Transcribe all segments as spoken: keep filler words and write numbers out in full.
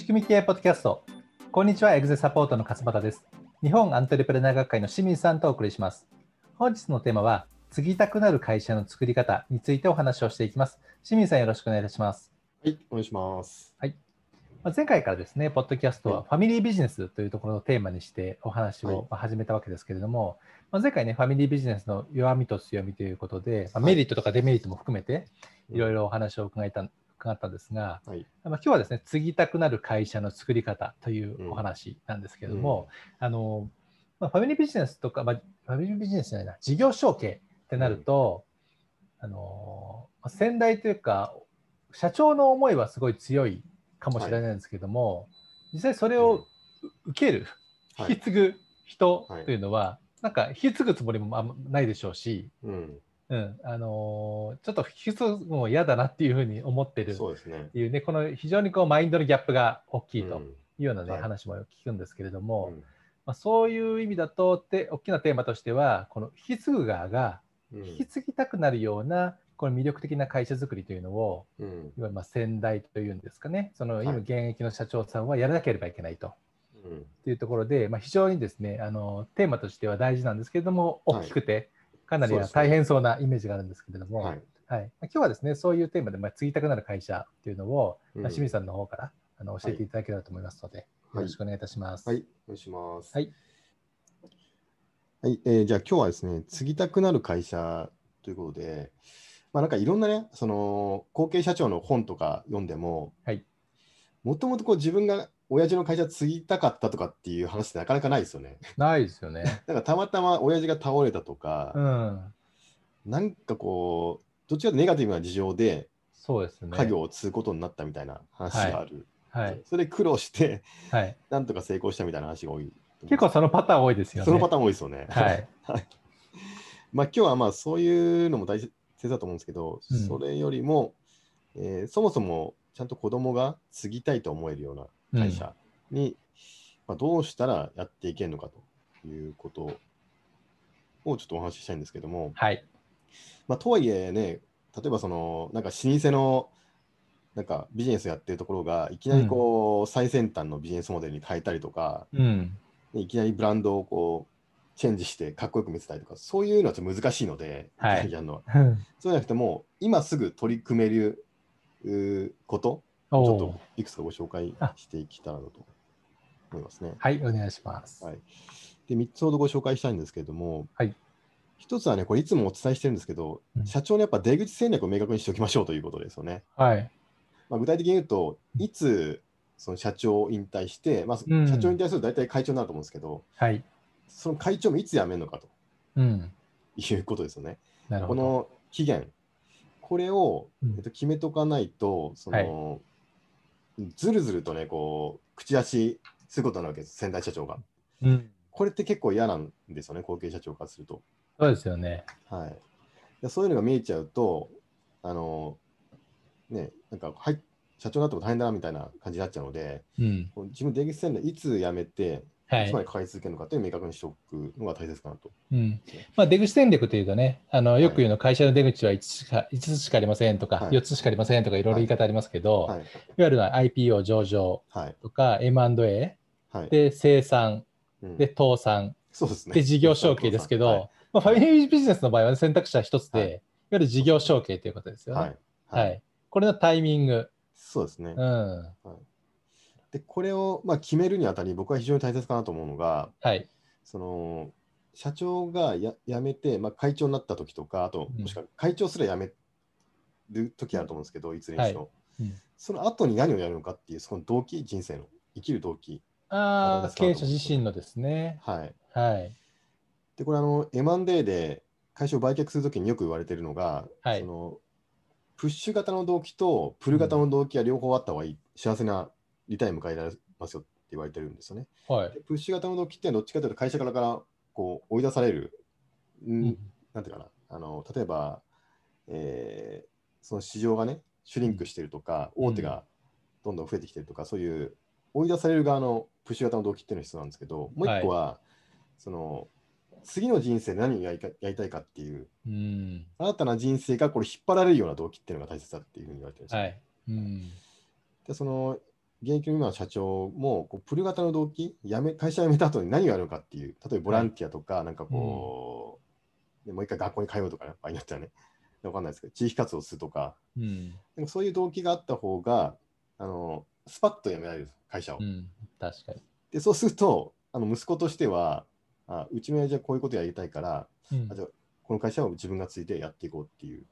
組み系ポッドキャスト。こんにちは、エグゼサポートの勝俣です。日本アントレプレナー学会の清水さんとお送りします。本日のテーマは、継ぎたくなる会社の作り方についてお話をしていきます。清水さん、よろしくお願いいたします。 はい、お願いします。 はい。前回からですね、ポッドキャストはファミリービジネスというところをテーマにしてお話を始めたわけですけれども、はい、前回ね、ファミリービジネスの弱みと強みということで、メリットとかデメリットも含めて、いろいろお話を伺いた、伺ったんですが、はい、まあ、今日はですね、継ぎたくなる会社の作り方というお話なんですけれども、うん、あの、まあ、ファミリービジネスとか、まあ、ファミリービジネスじゃないな、事業承継ってなると、うん、あの、先代というか、社長の思いはすごい強いかもしれないんですけども、はい、実際それを受ける、うん、引き継ぐ人というのは、はい、なんか引き継ぐつもりもないでしょうし、うんうん、あのー、ちょっと引き継ぐのも嫌だなっていうふうに思ってるっていうね、そうですね、この非常にこうマインドのギャップが大きいというようなね、うん、話も聞くんですけれども、うん、まあ、そういう意味だとって大きなテーマとしては、この引き継ぐ側が引き継ぎたくなるような、この魅力的な会社づくりというのを、うん、いわゆるまあ先代というんですかね、その今現役の社長さんはやらなければいけないと、うん、というところで、まあ、非常にですね、あのテーマとしては大事なんですけれども、大きくて、はい、かなり大変そうなイメージがあるんですけれども、はいはい、今日はですね、そういうテーマで、まあ、継ぎたくなる会社というのを、うん、清水さんの方からあの教えていただければと思いますので、はい、よろしくお願いいたします。 はい、はい、お願いします。はい、はいえー、じゃあ今日はですね、継ぎたくなる会社ということで、まあ、なんかいろんなね、その後継社長の本とか読んでも、もともと自分が親父の会社継ぎたかったとかっていう話ってなかなかないですよね。 ないですよね。 なんかたまたま親父が倒れたとか、うん、なんかこう、どっちかというとネガティブな事情で、 そうですね、 家業を継ぐことになったみたいな話がある。はいはい、それで苦労して、はい、なんとか成功したみたいな話が多い。 結構そのパターン多いですよね。 そのパターン多いですよね。はい。まあ今日はまあそういうのも大切だと思うんですけど、うん、それよりも、えー、そもそもちゃんと子供が継ぎたいと思えるような会社に、うんまあ、どうしたらやっていけるのかということをちょっとお話ししたいんですけども、はいまあ、とはいえね、例えばそのなんか老舗のなんかビジネスやってるところがいきなりこう、うん、最先端のビジネスモデルに変えたりとか、うん、いきなりブランドをこうチェンジしてかっこよく見せたりとか、そういうのはちょっと難しいので、はい、いきなりやるのは。そうじゃなくても今すぐ取り組めることをちょっといくつかご紹介していきたいなと思いますね。 はい、お願いします。 はい、でみっつほどご紹介したいんですけれども、はい、ひとつはね、これいつもお伝えしてるんですけど、うん、社長にやっぱ出口戦略を明確にしておきましょうということですよね。はいまあ、具体的に言うと、いつその社長を引退して、まあ、うん、社長に引退すると大体会長になると思うんですけど、はい、その会長もいつ辞めるのかと、うん、いうことですよね。なるほど。この期限、これを、えっと、決めとかないと、その、はい、ずるずるとね、こう、口出しすることになるわけです、先代社長が。うん、これって結構嫌なんですよね、後継社長からすると。 そうですよね。 はい。でそういうのが見えちゃうと、あの、ね、なんか、はい、社長になっても大変だなみたいな感じになっちゃうので、うん、自分出口戦略いつ辞めて、はい、いつまでかかり続けるのかっていう明確にしておくのが大切かなと。 うんまあ、出口戦略というとね、あのよく言うの、会社の出口はいつつしか、いつつしかありませんとか、はい、よっつしかありませんとか、いろいろ言い方ありますけど、はいはい、いわゆる アイピーオー 上場とか、はい、エムアンドエー、はい、で生産、うん、で倒産、そうですね、で事業承継ですけど、はいまあ、ファミリービジネスの場合は選択肢は一つで、はい、いわゆる事業承継ということですよね。はいはいはい、これのタイミング。 そうですね。うんはい、でこれを、まあ、決めるにあたり、僕は非常に大切かなと思うのが、はい、その社長がや辞めて、まあ、会長になった時とか、あと、もしくは会長すら辞める時あると思うんですけど、いつにしろ、はいうん、その後に何をやるのかっていう、その動機、人生の生きる動機。 ああ、経営者自身のですね。 はい。はい、で、これあの、エムアンドエー で会社を売却するときによく言われているのが、はい、そのプッシュ型の動機とプル型の動機は両方あった方がいい、うん、幸せなリタイア迎えられますよって言われてるんですよね。はい、でプッシュ型の動機ってどっちかというと会社からからこう追い出される、んうん、なんていうかな、あの例えば、えー、その市場がね、シュリンクしているとか、うん、大手がどんどん増えてきているとか、そういう追い出される側のプッシュ型の動機っていうのが必要なんですけど、もう一個は、はい、その次の人生で何をやりかやりたいかっていう、うん、新たな人生がこれ引っ張られるような動機っていうのが大切だっていうふうに言われてるんですよ。はいうん、でその現役の今の社長もこうプル型の動機、辞め会社辞めた後に何があるのかっていう、例えばボランティアとか、なんかこう、でもう一回学校に通うとか、ね、場合によってはね、わかんないですけど、地域活動するとか、 うん。 なんかそういう動機があった方が、あのスパッと辞められる、会社を。 うん。確かに。 で、そうすると、あの息子としては、あうちの親父はこういうことやりたいから、 うんあじゃあこの会社を自分がついてやっていこうっていう、 うん、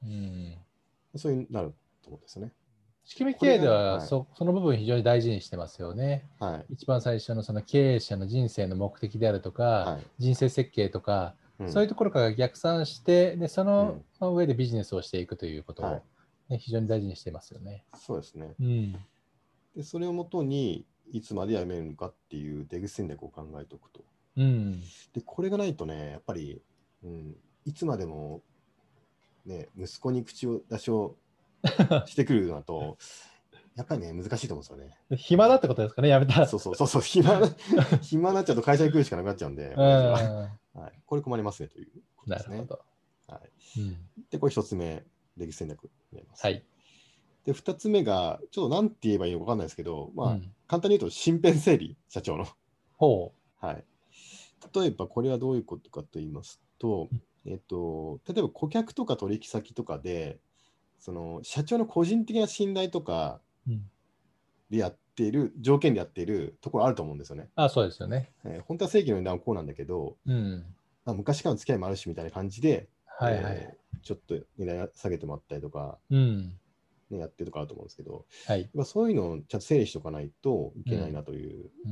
そういうなると思うんですよね。 仕組みこれが、 経営でははい、 そ、その部分非常に大事にしてますよね。 はい、 一番最初のその経営者の人生の目的であるとか、 はい、 人生設計とか、 うん、 そういうところから逆算して、でそのうん、 上でビジネスをしていくということを、 はい、 ね、非常に大事にしてますよね。 そうですね。 うん。 で、それをもとに、いつまで辞めるのかっていう出口戦略を考えておくと。 うん。 で、これがないとね、やっぱり、うん、いつまでも、ね、息子に口を出しをしてくるのだと、やっぱりね、難しいと思うんですよね。 暇だってことですかね、やめたら。 そうそうそうそう、暇な、暇になっちゃうと会社に来るしかなくなっちゃうんで、 う親父は。 ん。 はい、これ困りますねということですね。 なるほど。 はうん。 い、で、これ一つ目、出口戦略になります。 はい。 で、二つ目が、ちょっと何て言えばいいのか分かんないですけど、まあ、 うん。 簡単に言うと、身辺整理、社長の。 ほはい。例えば、これはどういうことかと言いますと、えっと、例えば顧客とか取引先とかで、その社長の個人的な信頼とかう。うん。 でやっている、条件でやっているところあると思うんですよね。 あ、そうですよね。 えー本当は正規の値段はこうなんだけど、 うん。 まあ、昔からの付き合いもあるしみたいな感じで、 はいはい。 えーちょっと値段下げてもらったりとか、 うん。 ね、やってるとかあると思うんですけど、 はい。 まあ、そういうのをちゃんと整理しておかないといけないうん。 なといううん。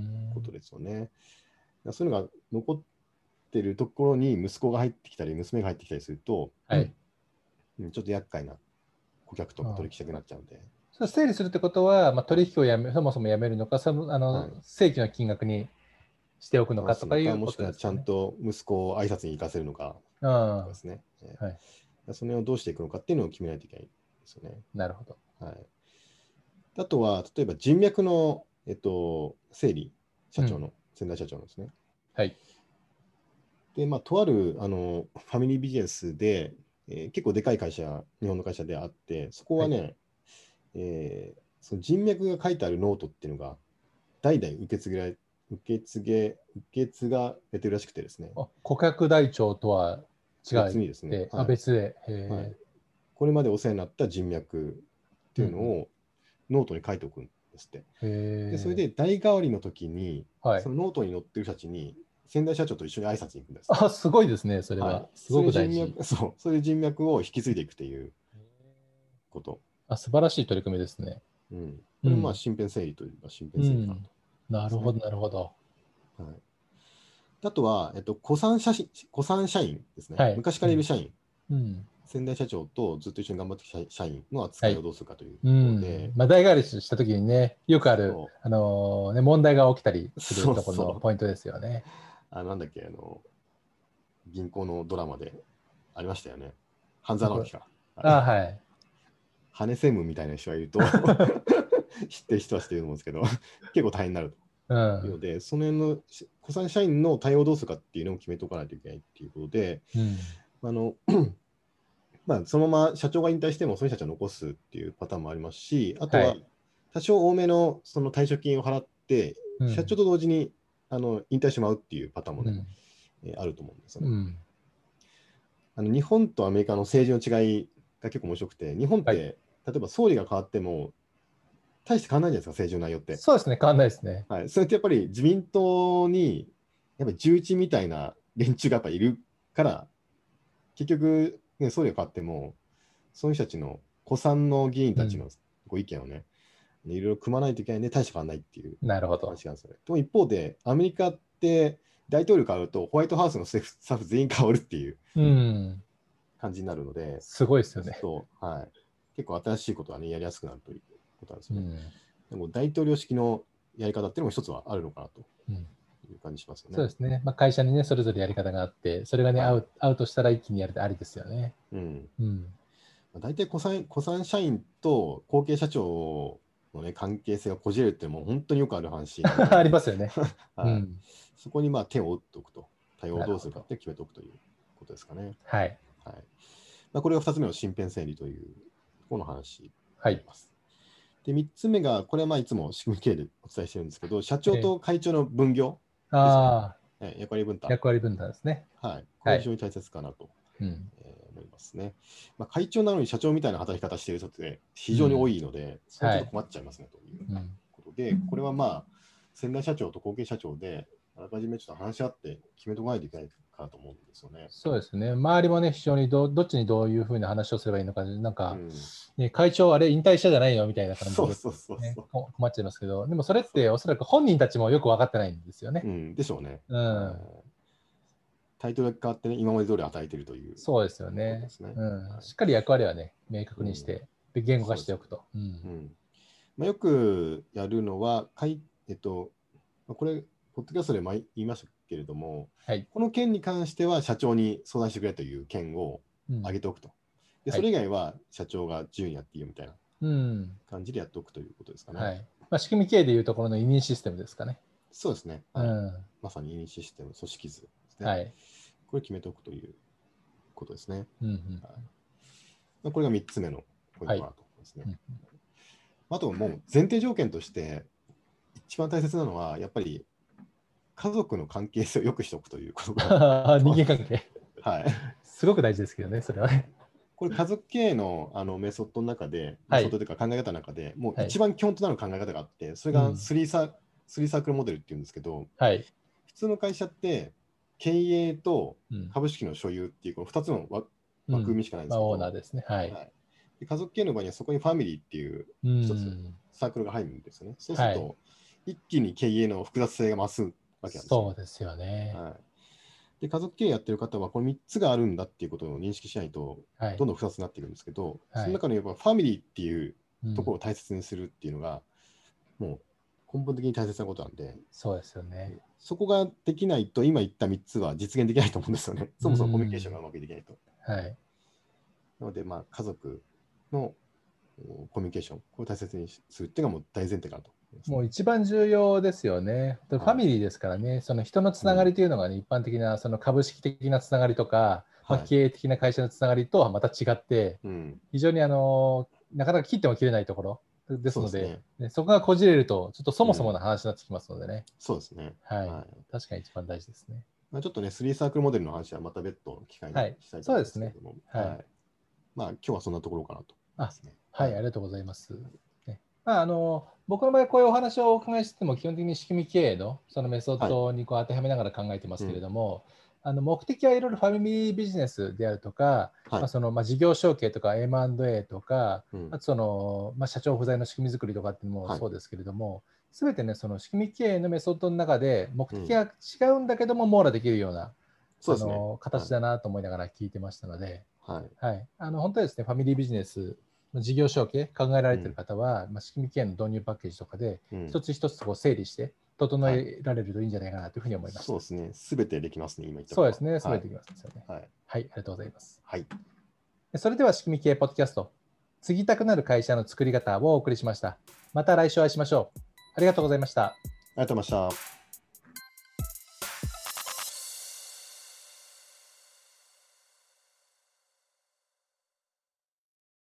ことですよね。そういうのが残ってるところに息子が入ってきたり、娘が入ってきたりすると、 はい。 うんちょっと厄介な顧客とか取引したくなっちゃうんで。 それ整理するってことは、まあ、 はい。 取引をやめ、そもそもやめるのか、その、あの、 はい。 正規の金額にしておくの合わかとすのか、 かいうこもしくはちゃんとですよね。 と息子を挨拶に行かせるのかうん。はとかですね。えい。 ーそれをどうしていくのかっていうのを決めないといけないですよね。 なるほど。 はい。あとは、例えば人脈の、えっと、整理、社長の、 うん。 先代社長のですね。 はい。 で、まあ、とあるあのファミリービジネスで、えー結構でかい会社、日本の会社であって、そこはい。 はね、えーその人脈が書いてあるノートっていうのが、代々受け継げられ、受け継げ、受け継がれてるらしくてですね、 あ、顧客台帳とは違別にですね、 って、あ、 はい、 別で。 はい、 へこれまでお世話になった人脈ってえ。ういうのんをノートに書いておくんですって。 うん。へで、それえ。 で代替わりの時に、 はい。 そのノートに載ってる人たちに、先代社長と一緒に挨拶に行くんですって。 あ、すごいですね、それはい。 は。すごそういうく大事。 人脈、そう、そういう人脈を引き継いでいくっていうへえ。 こと。 あ、素晴らしい取り組みですね。 うん。これもまあうん。 身辺整理というか身う辺整理かなん。 と思いますね。 なるほど、なるほど。 はい。あとは、えっと、古参社員、古参社員ですね。 はい。 昔かうん。 らいる社員。 うん。 先代社長とずっと一緒に頑張ってきた社員のはい。 扱いをどうするかといううところん。 で、 まあ、代替わりしたときにね、よくある、 そあのね、問題が起きたりう、 するそうところのそう。 ポイントですよね。 あ、なんだっけ、あの、銀行のドラマでありましたよね。半どこ沢直樹か。ああ、 れ、 はい。 羽専務みたいな人がいると知ってる人は知ってると思うんですけど、結構大変になるうん。 というので、その辺のし古参社員の対応をどうするかっていうのを決めておかないといけないっていうことで、 うん。 あの、まあ、そのまま社長が引退しても、その人たちは残すっていうパターンもありますし、あとははい。 多少多めのその退職金を払って、 うん。 社長と同時にあの引退してしまうっていうパターンもね、 うん。 えーあると思うんですよね。 うん。 あの日本とアメリカの政治の違いが結構面白くて、日本っはい。 て例えば総理が変わっても、大して変わらないじゃないですか、政治の内容って。 そうですね、変わんないですね。 はい、それってやっぱり自民党にやっぱり重鎮みたいな連中がやっぱいるから、結局、ね、総理が変わっても、その人たちの古参の議員たちのうん。 ご意見をね、いろいろ組まないといけないんで、大して変わらないっていうなるほど。 話なんですよね。でも一方で、アメリカって大統領変わると、ホワイトハウスのスタッフスタッフ全員変わるっていううん。 感じになるので、 すごいですそうよね。 すると、はい、結構新しいことがね、やりやすくなるということなんですよね。 うん。 でも大統領式のやり方っていうのも一つはあるのかなとうん。 いう感じしますよね。 そうですね。まあ、会社にね、それぞれやり方があって、それがね、 はい。 合う、合うとしたら一気にやるとありですよね。 うん。 うん。 大体古参、古参社員と後継社長の、ね、関係性がこじれるってもう本当によくある話なのありで、 ますよね。うはい、 ん。 そこにまあ手を打っておくと、対応をなるほど。 どうするかって決めておくということですかね。 はい。 はい、まあ、これがふたつめの身辺整理というこの話にはい。 なります。 で、みっつめが、これはまあいつも仕組み系でお伝えしてるんですけど、社長と会長の分業ですね。 ああ、 はい、役割分担。 役割分担ですね。 はい。これ非常に大切かなと、 うんえー思いますね。まあ、会長なのに社長みたいな働き方している人って非常に多いので、それはちょっと困っちゃいますね、といううんことで、これはまあ、先代社長と後継社長で、あらかじめちょっと話し合って決めておかないといけないかなと思うんですよね。 そうですね。周りもね、非常にどどっちにどういうふうな話をすればいいのか、なんか、 うん、 ね、会長、あれ、引退したじゃないよみたいな感じで、 そうそうそうね、 そう。 こ困っちゃいますけど、でもそれっておそらく本人たちもよく分かってないんですよね。 うん、でしょうね。 うんはいタイトルが変わってね、今まで通り与えているという。 そうですよことねですねうんはいしっかり役割はね、明確にして、で言語化しておくと。うんうんまあ、よくやるのは、かいえっと、まあこれ、ポッドキャストで前言いましたけれども、 はい。 この件に関しては社長に相談してくれという件をうん挙げておくと。で、 はいそれ以外は社長が自由にやっていいよみたいなうん感じでやっておくということですかね。 はいまあ、仕組み系でいうところの委任システムですかね。 そうですね。はいうんまさに委任システム、組織図ですね。 はいこれ決めておくということですね。 うんうんはいまあ、これがみっつめのポイントかなと思いますね。 うんあともう前提条件として一番大切なのはやっぱり家族の関係性を良くしておくということが人間関係、 はい、 すごく大事ですけどね、それはね。 これ家族経営のあのメソッドの中で、 はいメソッドというか考え方の中でもうはい一番基本となる考え方があって、それがスリーサー、スリーサークルモデルっていうんですけど、 はい。 普通の会社って経営とうん株式の所有っていうこのふたつの枠うん枠組みしかないんですけど、 まあ、オーナーですね。はい。 はいで家族経営の場合にはそこにファミリーっていううん一つサークルが入るんですよね。そうすると、 はい一気に経営の複雑性が増すわけなんですよ。 そうですよね。 はい、で家族経営やってる方はこのみっつがあるんだっていうことを認識しないとはいどんどん複雑になっていくんですけど、 はいその中にやっぱファミリーっていううんところを大切にするっていうのが、もう根本的に大切なことなんで、 そうですよね。 そこができないと今言ったみっつは実現できないと思うんですよね。そもそもコミュニケーションがうまくできないと。 はい。 なので、まあ、家族のおコミュニケーション、これを大切にするっていうのがもう大前提かなと思いますね。 もう一番重要ですよね。ファミリーですからね、その人のつながりというのが、ね一般的なその株式的なつながりとか、まあ、 はい経営的な会社のつながりとはまた違って、 うん、 非常にあのなかなか切っても切れないところですので、 そうですねねそこがこじれると、ちょっとそもそもの話になってきますのでね、 そうですね。 はいはい確かに一番大事ですね。 まあ、ちょっとね、スリーサークルモデルの話はまた別途の機会にはいしたいと思うんですけれども、 そうですねはいまあ、今日はそんなところかなと思いますね。 はい、ありがとうございます。ねまあ、あの僕の場合、こういうお話をお伺いしても、基本的に仕組み経営のそのメソッドにこう当てはめながら考えてますけれども、あの目的はいろいろファミリービジネスであるとか、 はいまあそのまあ事業承継とか エムアンドエー とか、 うんあとそのまあ社長不在の仕組み作りとかっていうのもそうですけれども、すべてね、その仕組み経営のメソッドの中で、目的が違うんだけども、網羅できるような、 そうですねあの形だなと思いながら聞いてましたので、 はい。 はい、あの本当にですね、ファミリービジネスの事業承継考えられている方は、まあ、仕組み経営の導入パッケージとかで、 うん一つ一つこう整理して整えられるといいんじゃないかなというふうに思いました。 そうですね。すべてできますね、今言ったそうですね、すべはいてできますよね。 はい。 はい、ありがとうございます。 はい。 それでは仕組み系ポッドキャスト、継ぎたくなる会社の作り方をお送りしました。また来週お会いしましょう。ありがとうございました。 ありがとうございました。